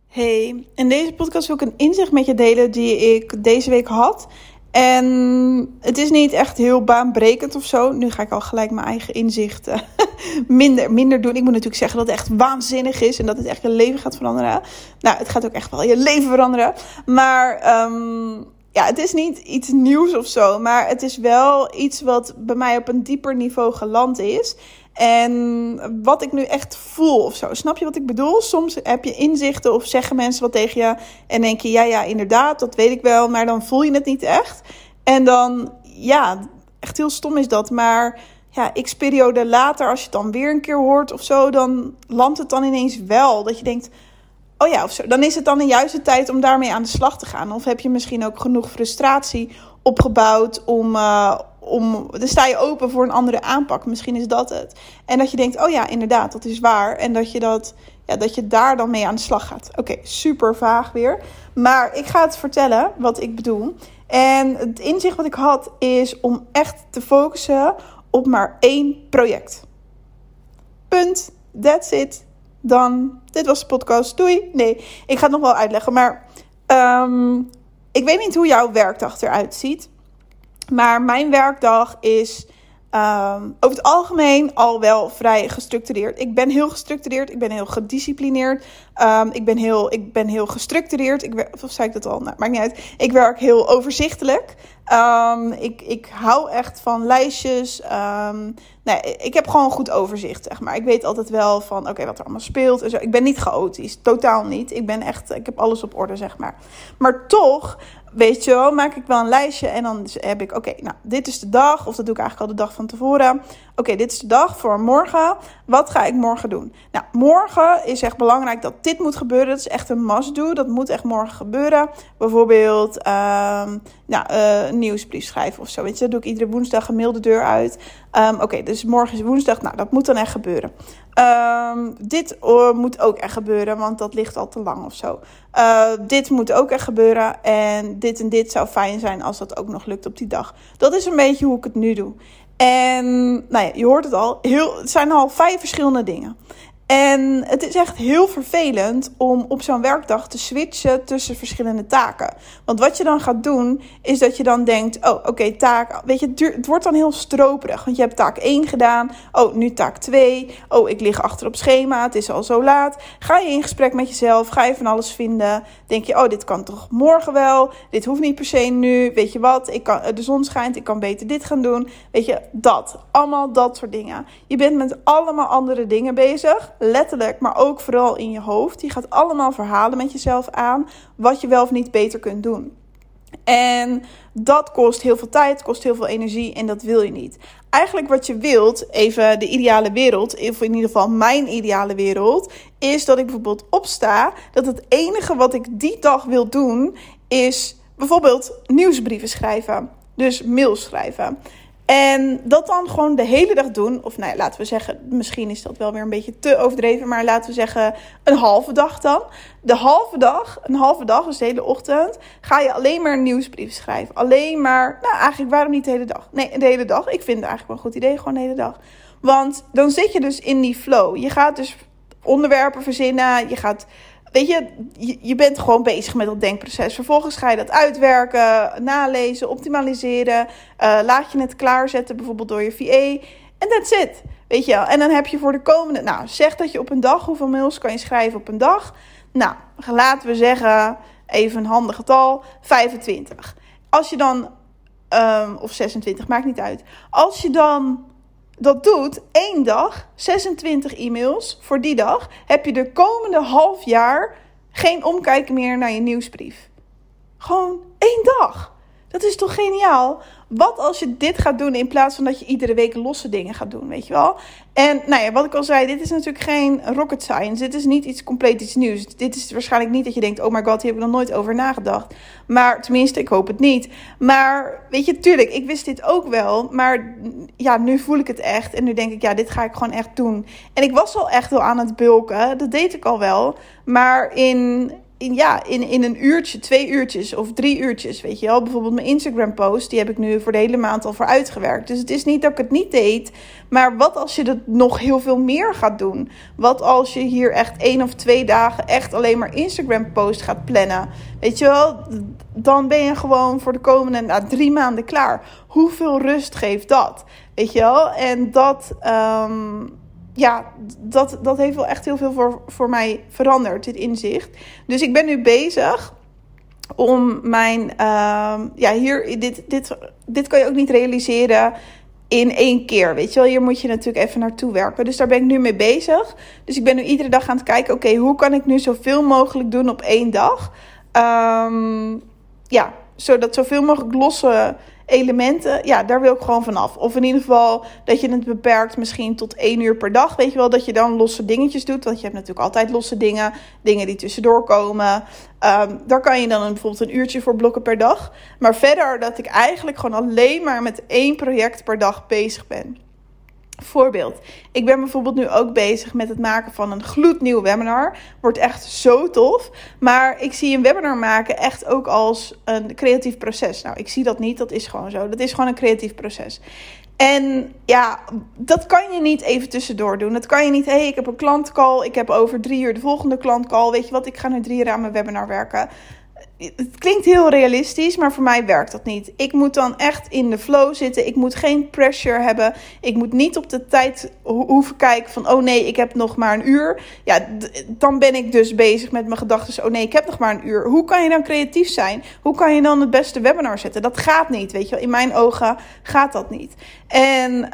Hey, in deze podcast wil ik een inzicht met je delen die ik deze week had. En het is niet echt heel baanbrekend of zo. Nu ga ik al gelijk mijn eigen inzicht minder doen. Ik moet natuurlijk zeggen dat het echt waanzinnig is en dat het echt je leven gaat veranderen. Nou, het gaat ook echt wel je leven veranderen. Maar het is niet iets nieuws of zo. Maar het is wel iets wat bij mij op een dieper niveau geland is. En wat ik nu echt voel of zo. Snap je wat ik bedoel? Soms heb je inzichten of zeggen mensen wat tegen je. En denk je, ja, inderdaad, dat weet ik wel. Maar dan voel je het niet echt. En dan, echt heel stom is dat. Maar x periode later, als je het dan weer een keer hoort of zo. Dan landt het dan ineens wel. Dat je denkt, oh ja, of zo. Dan is het dan de juiste tijd om daarmee aan de slag te gaan. Of heb je misschien ook genoeg frustratie opgebouwd dan sta je open voor een andere aanpak. Misschien is dat het. En dat je denkt, oh ja, inderdaad, dat is waar. En dat je daar dan mee aan de slag gaat. Oké, super vaag weer. Maar ik ga het vertellen wat ik bedoel. En het inzicht wat ik had is om echt te focussen op maar 1 project. Punt. That's it. Dan, dit was de podcast. Doei. Nee, ik ga het nog wel uitleggen. Maar ik weet niet hoe jouw werkdag eruit ziet. Maar mijn werkdag is over het algemeen al wel vrij gestructureerd. Ik ben heel gestructureerd. Ik ben heel gedisciplineerd. Ik ben heel gestructureerd. Of zei ik dat al? Nou, maakt niet uit. Ik werk heel overzichtelijk. Ik hou echt van lijstjes. Ik heb gewoon een goed overzicht, zeg maar. Ik weet altijd wel van, oké, wat er allemaal speelt en zo. Ik ben niet chaotisch, totaal niet. Ik heb alles op orde, zeg maar. Maar toch, weet je wel, maak ik wel een lijstje en dan heb ik, dit is de dag, of dat doe ik eigenlijk al de dag van tevoren. Oké, dit is de dag voor morgen. Wat ga ik morgen doen? Nou, morgen is echt belangrijk dat dit moet gebeuren. Dat is echt een must-do. Dat moet echt morgen gebeuren. Bijvoorbeeld een nieuwsbrief schrijven of zo. Weet je, dat doe ik iedere woensdag een mail de deur uit. Dus morgen is woensdag. Nou, dat moet dan echt gebeuren. Dit moet ook echt gebeuren, want dat ligt al te lang of zo. Dit moet ook echt gebeuren. En dit zou fijn zijn als dat ook nog lukt op die dag. Dat is een beetje hoe ik het nu doe. En je hoort het al. Het zijn al 5 verschillende dingen. En het is echt heel vervelend om op zo'n werkdag te switchen tussen verschillende taken. Want wat je dan gaat doen, is dat je dan denkt, taak, weet je, het wordt dan heel stroperig. Want je hebt taak 1 gedaan, nu taak 2, ik lig achter op schema, het is al zo laat. Ga je in gesprek met jezelf, ga je van alles vinden. Denk je, dit kan toch morgen wel, dit hoeft niet per se nu, weet je wat, de zon schijnt, ik kan beter dit gaan doen. Weet je, allemaal dat soort dingen. Je bent met allemaal andere dingen bezig. Letterlijk, maar ook vooral in je hoofd. Je gaat allemaal verhalen met jezelf aan wat je wel of niet beter kunt doen. En dat kost heel veel tijd, kost heel veel energie en dat wil je niet. Eigenlijk wat je wilt, even de ideale wereld, of in ieder geval mijn ideale wereld, is dat ik bijvoorbeeld opsta, dat het enige wat ik die dag wil doen, is bijvoorbeeld nieuwsbrieven schrijven. Dus mails schrijven. En dat dan gewoon de hele dag doen. Of laten we zeggen, misschien is dat wel weer een beetje te overdreven. Maar laten we zeggen een halve dag dan. Een halve dag, dus de hele ochtend, ga je alleen maar een nieuwsbrief schrijven. Alleen maar, eigenlijk waarom niet de hele dag? Nee, de hele dag. Ik vind het eigenlijk wel een goed idee, gewoon de hele dag. Want dan zit je dus in die flow. Je gaat dus onderwerpen verzinnen. Je bent gewoon bezig met dat denkproces. Vervolgens ga je dat uitwerken, nalezen, optimaliseren. Laat je het klaarzetten, bijvoorbeeld door je VA. En that's it. Weet je wel. En dan heb je voor de komende... zeg dat je op een dag... Hoeveel mails kan je schrijven op een dag? Laten we zeggen... Even een handig getal. 25. Als je dan... of 26, maakt niet uit. Als je dan... dat doet 1 dag, 26 e-mails voor die dag, heb je de komende half jaar geen omkijken meer naar je nieuwsbrief. Gewoon 1 dag. Dat is toch geniaal? Wat als je dit gaat doen in plaats van dat je iedere week losse dingen gaat doen, weet je wel? En wat ik al zei, dit is natuurlijk geen rocket science. Dit is niet iets nieuws. Dit is waarschijnlijk niet dat je denkt, oh my god, hier heb ik nog nooit over nagedacht. Maar tenminste, ik hoop het niet. Maar weet je, tuurlijk, ik wist dit ook wel. Maar nu voel ik het echt. En nu denk ik, dit ga ik gewoon echt doen. En ik was al echt wel aan het bulken. Dat deed ik al wel. Maar in in een uurtje, 2 uurtjes of 3 uurtjes, weet je wel. Bijvoorbeeld mijn Instagram post, die heb ik nu voor de hele maand al voor uitgewerkt. Dus het is niet dat ik het niet deed, maar wat als je dat nog heel veel meer gaat doen? Wat als je hier echt 1 of 2 dagen echt alleen maar Instagram post gaat plannen? Weet je wel, dan ben je gewoon voor de komende 3 maanden klaar. Hoeveel rust geeft dat? Weet je wel, en dat heeft wel echt heel veel voor mij veranderd, dit inzicht. Dus ik ben nu bezig om mijn... dit kan je ook niet realiseren in 1 keer, weet je wel. Hier moet je natuurlijk even naartoe werken. Dus daar ben ik nu mee bezig. Dus ik ben nu iedere dag aan het kijken, oké, hoe kan ik nu zoveel mogelijk doen op 1 dag? Zodat zoveel mogelijk losse elementen, daar wil ik gewoon vanaf. Of in ieder geval dat je het beperkt misschien tot 1 uur per dag. Weet je wel, dat je dan losse dingetjes doet. Want je hebt natuurlijk altijd losse dingen. Dingen die tussendoor komen. Daar kan je dan bijvoorbeeld 1 uurtje voor blokken per dag. Maar verder dat ik eigenlijk gewoon alleen maar met 1 project per dag bezig ben. Voorbeeld. Ik ben bijvoorbeeld nu ook bezig met het maken van een gloednieuw webinar. Wordt echt zo tof. Maar ik zie een webinar maken echt ook als een creatief proces. Nou, ik zie dat niet. Dat is gewoon zo. Dat is gewoon een creatief proces. En ja, dat kan je niet even tussendoor doen. Dat kan je niet, ik heb een klantcall. Ik heb over 3 uur de volgende klantcall. Weet je wat, ik ga nu 3 uur aan mijn webinar werken. Het klinkt heel realistisch, maar voor mij werkt dat niet. Ik moet dan echt in de flow zitten. Ik moet geen pressure hebben. Ik moet niet op de tijd hoeven kijken van... oh nee, ik heb nog maar 1 uur. Ja, dan ben ik dus bezig met mijn gedachten. Oh nee, ik heb nog maar 1 uur. Hoe kan je dan creatief zijn? Hoe kan je dan het beste webinar zetten? Dat gaat niet, weet je wel. In mijn ogen gaat dat niet. En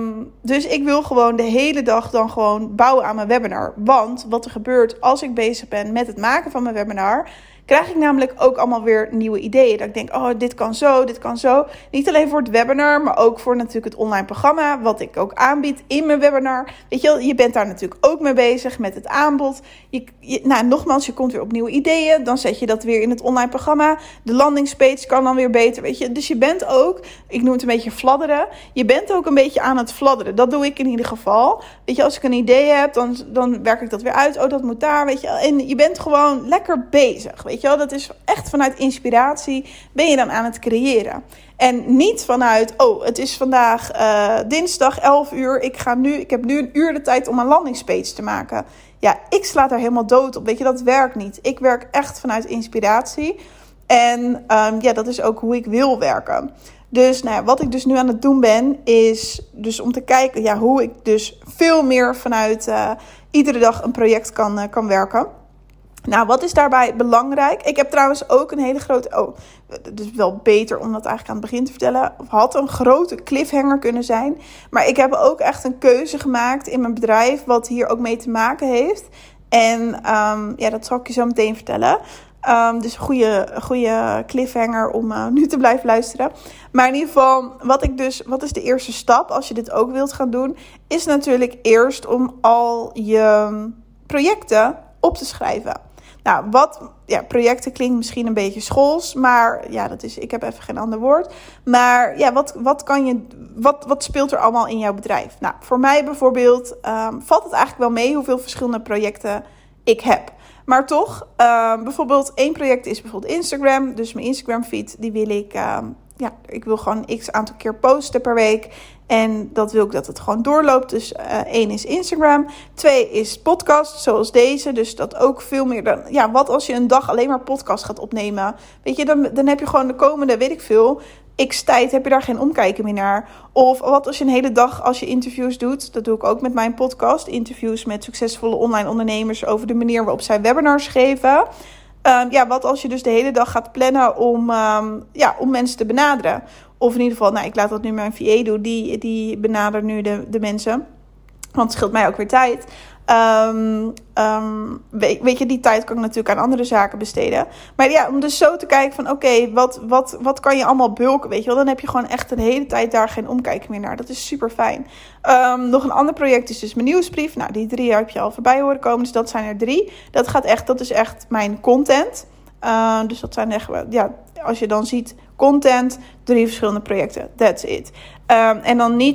dus ik wil gewoon de hele dag dan gewoon bouwen aan mijn webinar. Want wat er gebeurt als ik bezig ben met het maken van mijn webinar... krijg ik namelijk ook allemaal weer nieuwe ideeën. Dat ik denk, dit kan zo, dit kan zo. Niet alleen voor het webinar, maar ook voor natuurlijk het online programma. Wat ik ook aanbied in mijn webinar. Weet je wel, je bent daar natuurlijk ook mee bezig met het aanbod. Nogmaals, je komt weer op nieuwe ideeën. Dan zet je dat weer in het online programma. De landingspage kan dan weer beter, weet je. Dus je bent ook, ik noem het een beetje fladderen. Je bent ook een beetje aan het fladderen. Dat doe ik in ieder geval. Weet je, als ik een idee heb, dan werk ik dat weer uit. Dat moet daar, weet je. En je bent gewoon lekker bezig, weet je wel, dat is echt vanuit inspiratie ben je dan aan het creëren. En niet vanuit, het is vandaag dinsdag 11 uur. Ik heb nu 1 uur de tijd om een landingspage te maken. Ja, ik sla daar helemaal dood op. Weet je, dat werkt niet. Ik werk echt vanuit inspiratie. En dat is ook hoe ik wil werken. Dus wat ik dus nu aan het doen ben, is dus om te kijken hoe ik dus veel meer vanuit iedere dag een project kan werken. Nou, wat is daarbij belangrijk? Ik heb trouwens ook een hele grote... het is wel beter om dat eigenlijk aan het begin te vertellen. Had een grote cliffhanger kunnen zijn. Maar ik heb ook echt een keuze gemaakt in mijn bedrijf... wat hier ook mee te maken heeft. En dat zal ik je zo meteen vertellen. Dus een goede cliffhanger om nu te blijven luisteren. Maar in ieder geval, wat is de eerste stap als je dit ook wilt gaan doen? Is natuurlijk eerst om al je projecten op te schrijven. Nou, projecten klinkt misschien een beetje schools, maar ik heb even geen ander woord. Maar wat speelt er allemaal in jouw bedrijf? Nou, voor mij bijvoorbeeld valt het eigenlijk wel mee hoeveel verschillende projecten ik heb. Maar toch, bijvoorbeeld 1 project is bijvoorbeeld Instagram. Dus mijn Instagram feed, die wil ik wil gewoon x aantal keer posten per week. En dat wil ik dat het gewoon doorloopt. Dus 1 is Instagram. 2 is podcast, zoals deze. Dus dat ook veel meer dan... Ja, wat als je een dag alleen maar podcast gaat opnemen? Weet je, dan heb je gewoon de komende, weet ik veel... x tijd heb je daar geen omkijken meer naar. Of wat als je een hele dag, als je interviews doet... dat doe ik ook met mijn podcast. Interviews met succesvolle online ondernemers... over de manier waarop zij webinars geven... wat als je dus de hele dag gaat plannen om mensen te benaderen. Of in ieder geval, ik laat dat nu mijn VA doen. Die benadert nu de mensen. Want het scheelt mij ook weer tijd. Weet je, die tijd kan ik natuurlijk aan andere zaken besteden. Maar om dus zo te kijken van oké, wat kan je allemaal bulken, weet je wel. Dan heb je gewoon echt een hele tijd daar geen omkijken meer naar. Dat is super fijn. Nog een ander project is dus mijn nieuwsbrief. Nou, die 3 heb je al voorbij horen komen. Dus dat zijn er 3. Dat is echt mijn content. Dus dat zijn echt, als je dan ziet content, 3 verschillende projecten. That's it. En dan niet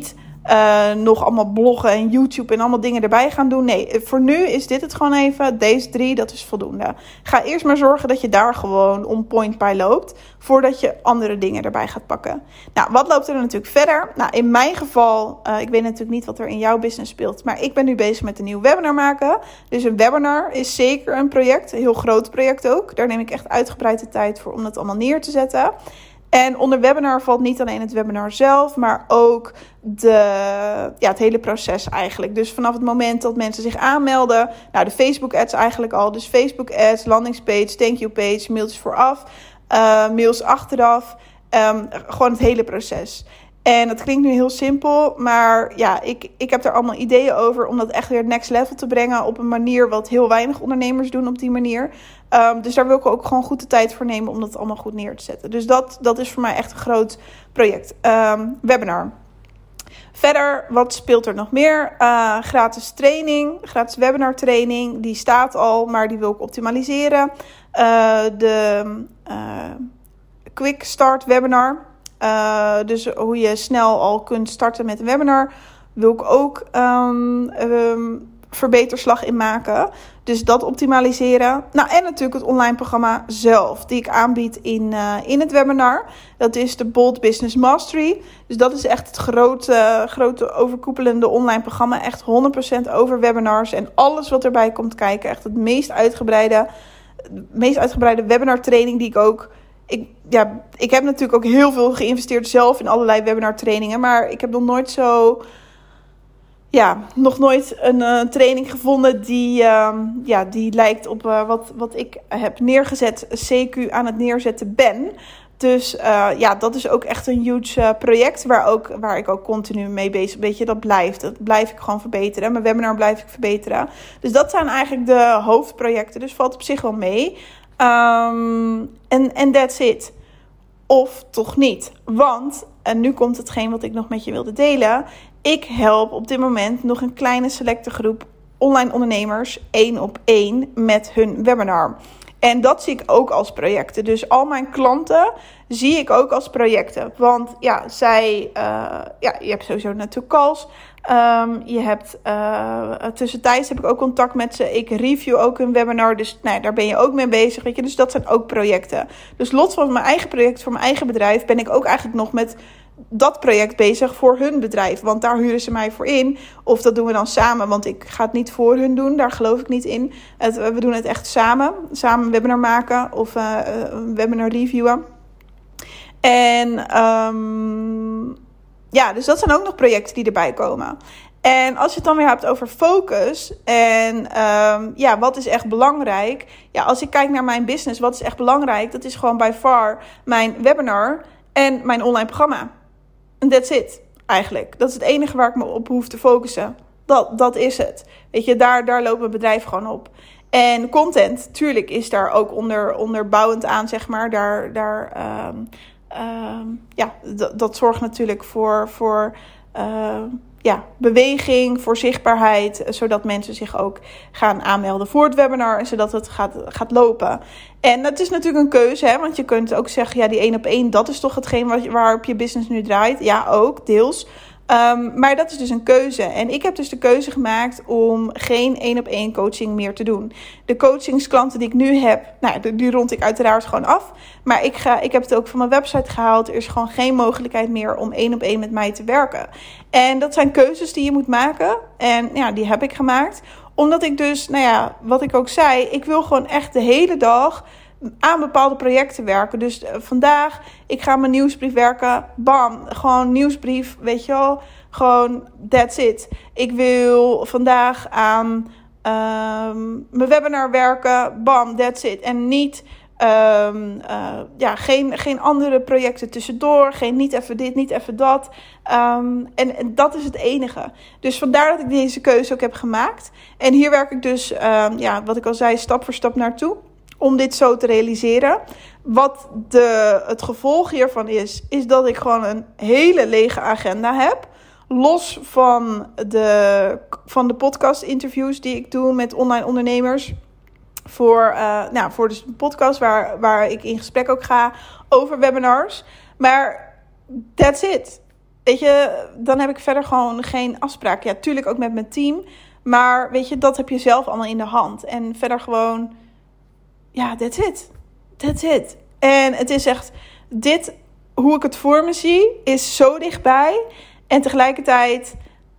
nog allemaal bloggen en YouTube en allemaal dingen erbij gaan doen. Nee, voor nu is dit het gewoon even. Deze 3, dat is voldoende. Ga eerst maar zorgen dat je daar gewoon on point bij loopt, voordat je andere dingen erbij gaat pakken. Nou, wat loopt er natuurlijk verder? Nou, in mijn geval, ik weet natuurlijk niet wat er in jouw business speelt, maar ik ben nu bezig met een nieuw webinar maken. Dus een webinar is zeker een project, een heel groot project ook. Daar neem ik echt uitgebreid de tijd voor om dat allemaal neer te zetten. En onder webinar valt niet alleen het webinar zelf, maar ook het hele proces eigenlijk. Dus vanaf het moment dat mensen zich aanmelden, nou de Facebook ads eigenlijk al. Dus Facebook ads, landingspage, thank you page, mailtjes vooraf, mails achteraf. Gewoon het hele proces. En dat klinkt nu heel simpel, maar ja, ik heb er allemaal ideeën over om dat echt weer next level te brengen op een manier wat heel weinig ondernemers doen op die manier. Dus daar wil ik ook gewoon goed de tijd voor nemen om dat allemaal goed neer te zetten. Dus dat is voor mij echt een groot project. Webinar. Verder, wat speelt er nog meer? Gratis training, gratis webinar training. Die staat al, maar die wil ik optimaliseren. De Quick Start webinar. Dus hoe je snel al kunt starten met een webinar, wil ik ook verbeterslag in maken. Dus dat optimaliseren. Nou, en natuurlijk het online programma zelf, die ik aanbied in het webinar. Dat is de Bold Business Mastery. Dus dat is echt het grote overkoepelende online programma. Echt 100% over webinars en alles wat erbij komt kijken. Echt het meest uitgebreide webinar training die ik ook... Ik heb natuurlijk ook heel veel geïnvesteerd zelf in allerlei webinar trainingen. Maar ik heb nog nooit een training gevonden die lijkt op wat ik heb neergezet, CQ aan het neerzetten ben. Dus dat is ook echt een huge project waar ik ook continu mee bezig ben. Weet je, dat blijf ik gewoon verbeteren. Mijn webinar blijf ik verbeteren. Dus dat zijn eigenlijk de hoofdprojecten. Dus valt op zich wel mee. En that's it. Of toch niet. Want, en nu komt hetgeen wat ik nog met je wilde delen. Ik help op dit moment nog een kleine selecte groep online ondernemers 1-op-1 met hun webinar. En dat zie ik ook als projecten. Dus al mijn klanten zie ik ook als projecten. Want je hebt sowieso natuurlijk calls. Je hebt tussentijds heb ik ook contact met ze. Ik review ook hun webinar. Dus daar ben je ook mee bezig. Weet je? Dus dat zijn ook projecten. Dus los van mijn eigen project voor mijn eigen bedrijf ben ik ook eigenlijk nog met dat project bezig voor hun bedrijf. Want daar huren ze mij voor in. Of dat doen we dan samen. Want ik ga het niet voor hun doen. Daar geloof ik niet in. We doen het echt samen. Samen een webinar maken. Of een webinar reviewen. En dus dat zijn ook nog projecten die erbij komen. En als je het dan weer hebt over focus. En wat is echt belangrijk? Ja, als ik kijk naar mijn business. Wat is echt belangrijk? Dat is gewoon by far mijn webinar en mijn online programma. En that's it, eigenlijk. Dat is het enige waar ik me op hoef te focussen. Dat is het. Weet je, daar loopt mijn bedrijf gewoon op. En content, tuurlijk, is daar ook onderbouwend aan, zeg maar. Dat zorgt natuurlijk voor beweging, voor zichtbaarheid, zodat mensen zich ook gaan aanmelden voor het webinar en zodat het gaat lopen. En dat is natuurlijk een keuze, hè, want je kunt ook zeggen, die 1-op-1, dat is toch hetgeen waarop je business nu draait. Ja, ook, deels. Maar dat is dus een keuze. En ik heb dus de keuze gemaakt om geen 1-op-1 coaching meer te doen. De coachingsklanten die ik nu heb, die rond ik uiteraard gewoon af. Maar ik heb het ook van mijn website gehaald. Er is gewoon geen mogelijkheid meer om 1-op-1 met mij te werken. En dat zijn keuzes die je moet maken. En die heb ik gemaakt. Omdat ik dus, wat ik ook zei, ik wil gewoon echt de hele dag aan bepaalde projecten werken. Dus vandaag, ik ga mijn nieuwsbrief werken. Bam, gewoon nieuwsbrief, weet je wel. Gewoon, that's it. Ik wil vandaag aan mijn webinar werken. Bam, that's it. En niet geen andere projecten tussendoor. Niet even dit, niet even dat. En dat is het enige. Dus vandaar dat ik deze keuze ook heb gemaakt. En hier werk ik dus, wat ik al zei, stap voor stap naartoe. Om dit zo te realiseren. Wat het gevolg hiervan is dat ik gewoon een hele lege agenda heb. Los van de podcast interviews die ik doe met online ondernemers. Voor dus een podcast waar ik in gesprek ook ga over webinars. Maar that's it. weet je, dan heb ik verder gewoon geen afspraken. Ja, tuurlijk ook met mijn team. Maar weet je, dat heb je zelf allemaal in de hand. En verder gewoon, ja, that's it. That's it. En het is echt, hoe ik het voor me zie, is zo dichtbij. En tegelijkertijd,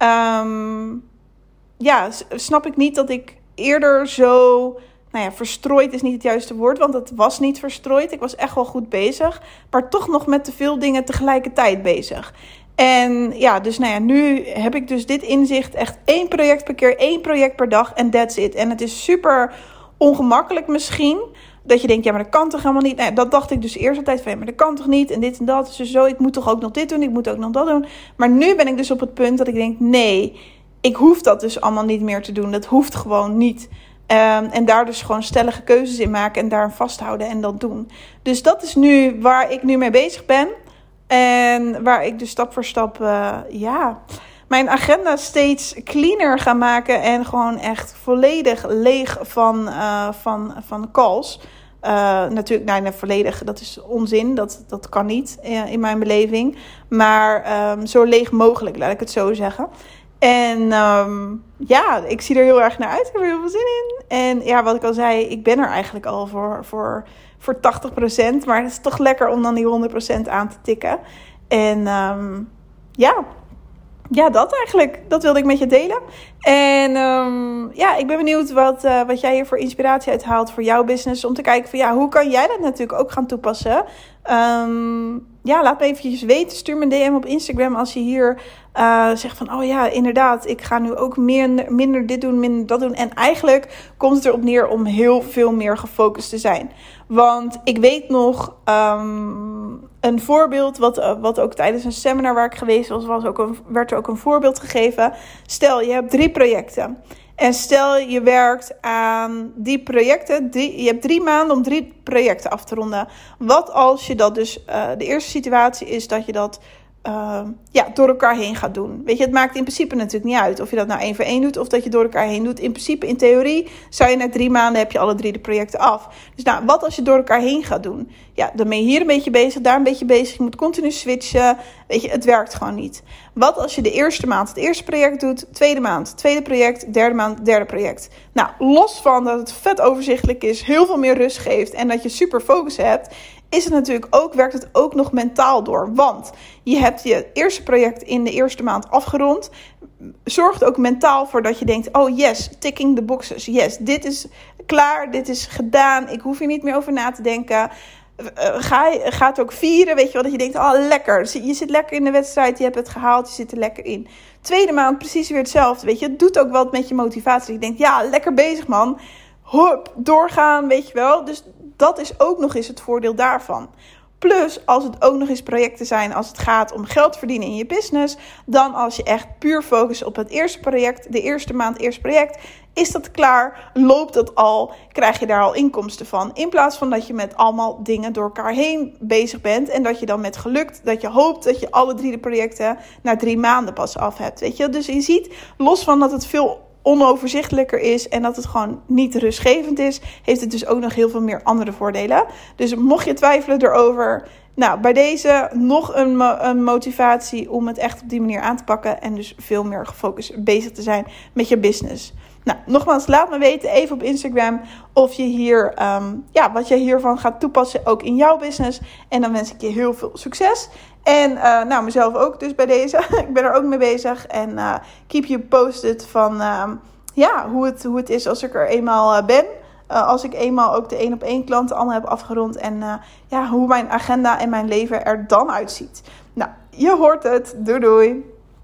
snap ik niet dat ik eerder zo, verstrooid is niet het juiste woord, want het was niet verstrooid. Ik was echt wel goed bezig, maar toch nog met te veel dingen tegelijkertijd bezig. En ja, dus nu heb ik dus dit inzicht, echt 1 project per keer, 1 project per dag en that's it. En het is super ongemakkelijk misschien, dat je denkt, ja, maar dat kan toch helemaal niet? Dat dacht ik dus eerst altijd van, ja, maar dat kan toch niet? En dit en dat, dus zo, ik moet toch ook nog dit doen, ik moet ook nog dat doen. Maar nu ben ik dus op het punt dat ik denk, nee, ik hoef dat dus allemaal niet meer te doen. Dat hoeft gewoon niet. En daar dus gewoon stellige keuzes in maken en daar aan vasthouden en dat doen. Dus dat is nu waar ik nu mee bezig ben. En waar ik dus stap voor stap, mijn agenda steeds cleaner ga maken. En gewoon echt volledig leeg van calls. Natuurlijk, volledig, dat is onzin. Dat kan niet in mijn beleving. Maar zo leeg mogelijk, laat ik het zo zeggen. En ik zie er heel erg naar uit. Ik heb er heel veel zin in. En ja, wat ik al zei, ik ben er eigenlijk al voor 80%. Maar het is toch lekker om dan die 100% aan te tikken. En dat eigenlijk. Dat wilde ik met je delen. En ik ben benieuwd wat jij hier voor inspiratie uithaalt voor jouw business. Om te kijken van hoe kan jij dat natuurlijk ook gaan toepassen. Laat me eventjes weten. Stuur me een DM op Instagram als je hier zegt van, oh ja, inderdaad, ik ga nu ook minder dit doen, minder dat doen. En eigenlijk komt het erop neer om heel veel meer gefocust te zijn. Want ik weet nog een voorbeeld, wat ook tijdens een seminar waar ik geweest was, werd er ook een voorbeeld gegeven. Stel, je hebt 3 projecten. En stel, je werkt aan die projecten. Je hebt 3 maanden om 3 projecten af te ronden. Wat als je dat dus, de eerste situatie is dat je dat door elkaar heen gaat doen. Weet je, het maakt in principe natuurlijk niet uit of je dat nou 1 voor 1 doet of dat je door elkaar heen doet. In principe, in theorie, zou je na 3 maanden heb je alle 3 de projecten af. Dus wat als je door elkaar heen gaat doen? Ja, dan ben je hier een beetje bezig, daar een beetje bezig. Je moet continu switchen. Weet je, het werkt gewoon niet. Wat als je de eerste maand het eerste project doet, tweede maand tweede project, derde maand derde project. Nou, los van dat het vet overzichtelijk is, heel veel meer rust geeft en dat je super focus hebt, werkt het ook nog mentaal door. Want je hebt je eerste project in de eerste maand afgerond. Zorgt ook mentaal voor dat je denkt, oh yes, ticking the boxes. Yes, dit is klaar, dit is gedaan. Ik hoef hier niet meer over na te denken. Ga het ook vieren, weet je wel, dat je denkt, oh lekker. Je zit lekker in de wedstrijd, je hebt het gehaald, je zit er lekker in. Tweede maand precies weer hetzelfde, weet je. Het doet ook wat met je motivatie. Je denkt, ja, lekker bezig man. Hop, doorgaan, weet je wel. Dus dat is ook nog eens het voordeel daarvan. Plus, als het ook nog eens projecten zijn, als het gaat om geld verdienen in je business, dan als je echt puur focust op het eerste project, de eerste maand, eerste project, is dat klaar, loopt dat al, krijg je daar al inkomsten van. In plaats van dat je met allemaal dingen door elkaar heen bezig bent en dat je dan met geluk, dat je hoopt dat je alle 3 de projecten na 3 maanden pas af hebt, weet je. Dus je ziet, los van dat het veel onoverzichtelijker is en dat het gewoon niet rustgevend is, heeft het dus ook nog heel veel meer andere voordelen. Dus mocht je twijfelen erover, bij deze nog een motivatie om het echt op die manier aan te pakken en dus veel meer gefocust bezig te zijn met je business. Nou, nogmaals, laat me weten even op Instagram of je hier, wat je hiervan gaat toepassen ook in jouw business. En dan wens ik je heel veel succes. En mezelf ook dus bij deze. Ik ben er ook mee bezig. En keep you posted van hoe het is als ik er eenmaal ben. Als ik eenmaal ook de 1-op-1 klanten allemaal heb afgerond. En hoe mijn agenda en mijn leven er dan uitziet. Nou, je hoort het. Doei doei.